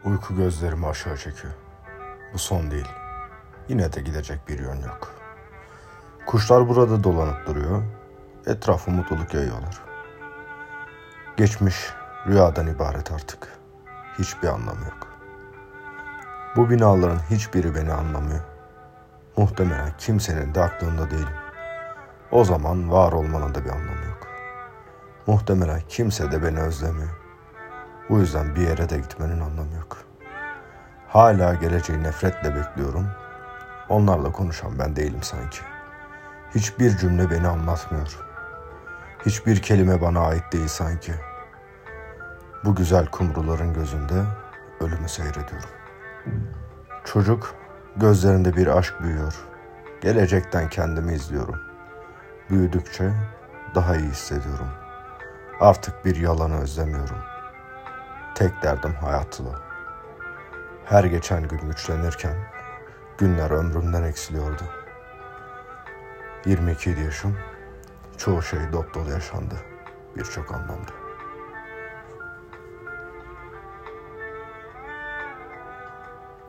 Uyku gözlerimi aşağı çekiyor. Bu son değil. Yine de gidecek bir yön yok. Kuşlar burada dolanıp duruyor. Etrafı mutluluk yayıyorlar. Geçmiş rüyadan ibaret artık. Hiçbir anlamı yok. Bu binaların hiçbiri beni anlamıyor. Muhtemelen kimsenin de aklında değilim. O zaman var olmanın da bir anlamı yok. Muhtemelen kimse de beni özlemiyor. Bu yüzden bir yere de gitmenin anlamı yok. Hala geleceği nefretle bekliyorum. Onlarla konuşan ben değilim sanki. Hiçbir cümle beni anlatmıyor. Hiçbir kelime bana ait değil sanki. Bu güzel kumruların gözünde ölümü seyrediyorum. Çocuk gözlerinde bir aşk büyüyor. Gelecekten kendimi izliyorum. Büyüdükçe daha iyi hissediyorum. Artık bir yalanı özlemiyorum. Tek derdim hayatla. Her geçen gün güçlenirken günler ömrümden eksiliyordu. 22 yaşım, çoğu şey dop dolu yaşandı birçok anlamda.